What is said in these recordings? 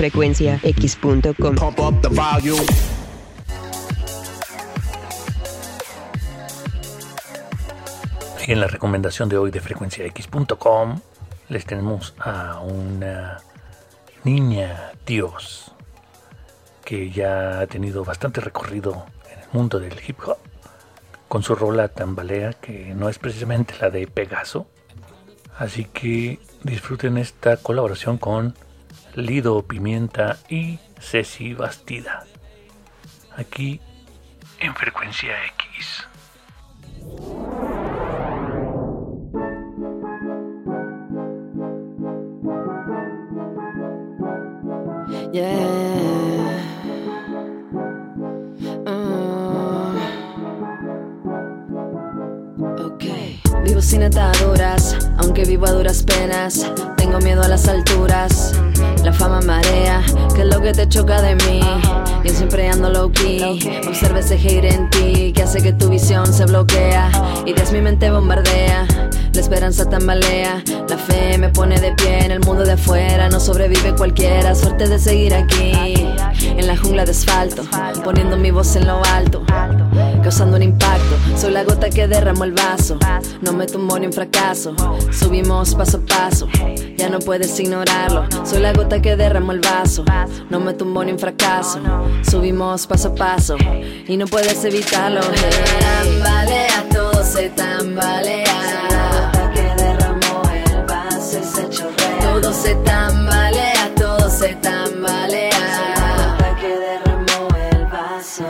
frecuenciax.com. Pump up the volume. En la recomendación de hoy de frecuenciax.com les tenemos a una niña Dios que ya ha tenido bastante recorrido en el mundo del hip hop con su rola Tambalea, que no es precisamente la de Pegaso. Así que disfruten esta colaboración con Lido Pimienta y Ceci Bastida, aquí en Frecuencia X. Vivo sin ataduras, aunque vivo a duras penas. Tengo miedo a las alturas, la fama marea, que es lo que te choca de mí. Yo siempre ando low key, observa ese hate en ti que hace que tu visión se bloquea. Ideas mi mente bombardea, la esperanza tambalea. La fe me pone de pie en el mundo de afuera. No sobrevive cualquiera, suerte de seguir aquí en la jungla de asfalto, poniendo mi voz en lo alto, causando un impacto. Soy la gota que derramó el vaso, no me tumbo ni un fracaso. Subimos paso a paso, ya no puedes ignorarlo. Soy la gota que derramó el vaso, no me tumbo ni un fracaso. Subimos paso a paso y no puedes evitarlo. Tambalea, todo se tambalea. Que derramó el vaso y se chorrea. Todo se tambalea, todo se tambalea. Que derramó el vaso.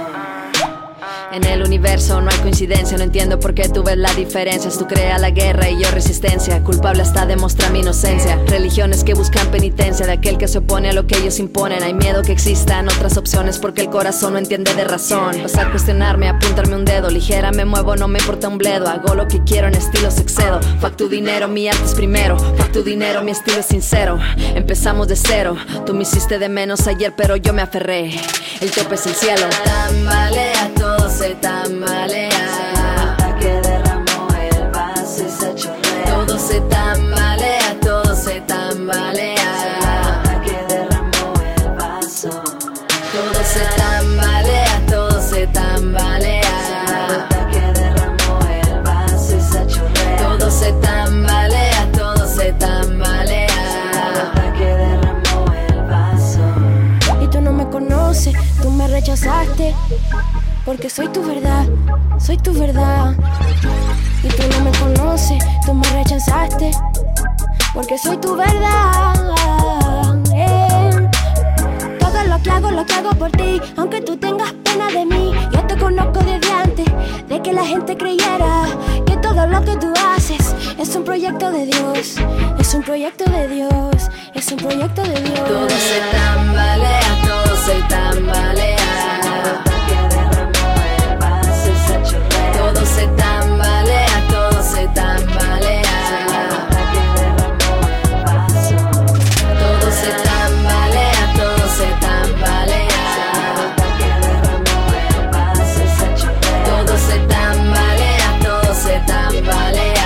En el universo no hay coincidencia, no entiendo por qué tú ves la diferencia. Tú creas la guerra y yo resistencia, culpable hasta demostrar mi inocencia. Religiones que buscan penitencia de aquel que se opone a lo que ellos imponen. Hay miedo que existan otras opciones porque el corazón no entiende de razón. Vas a cuestionarme, apuntarme un dedo, ligera me muevo, no me importa un bledo. Hago lo que quiero, en estilos excedo. Fuck tu dinero, mi arte es primero. Fuck tu dinero, mi estilo es sincero. Empezamos de cero, tú me hiciste de menos ayer pero yo me aferré. El tope es el cielo. Tambalea, todo se tambalea. Que derramó el vaso y se chorrea. Todo se tambalea, todo se tambalea. Que derramó el vaso. Todo se tambalea, todo se tambalea. Que derramó el vaso y se chorrea. Todo se tambalea, todo se tambalea. Que derramó el vaso. Y tú no me conoces, tú me rechazaste. Porque soy tu verdad, soy tu verdad. Y tú no me conoces, tú me rechazaste. Porque soy tu verdad. Todo lo que hago por ti, aunque tú tengas pena de mí. Yo te conozco desde antes de que la gente creyera que todo lo que tú haces es un proyecto de Dios. Es un proyecto de Dios, es un proyecto de Dios. Todo se tambalea, todo se tambalea. Todo se tambalea, todo se tambalea. Todo se tambalea, todo se tambalea. Todo se tambalea, todo se tambalea.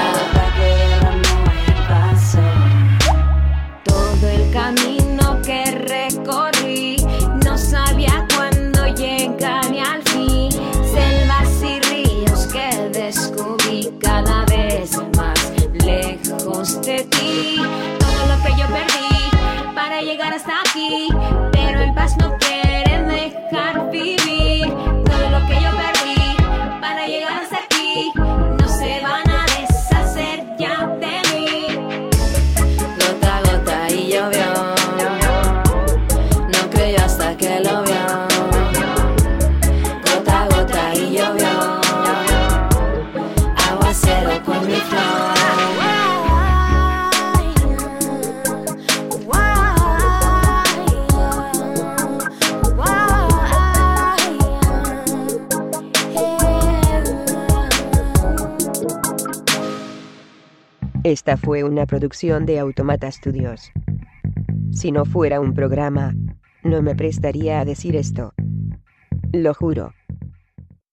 Todo el camino que recorrí, no sabía cuándo llegaría al fin. Selvas y ríos que descubrí cada vez más lejos de ti. Todo lo que yo perdí para llegar hasta aquí, pero en paz no quieren dejar vivir. Todo lo que yo perdí para llegar hasta aquí, no se van a deshacer ya de mí. Gota a gota y llovió, no creyó hasta que lo vio. Con mi flor. Esta fue una producción de Automata Studios. Si no fuera un programa, no me prestaría a decir esto. Lo juro.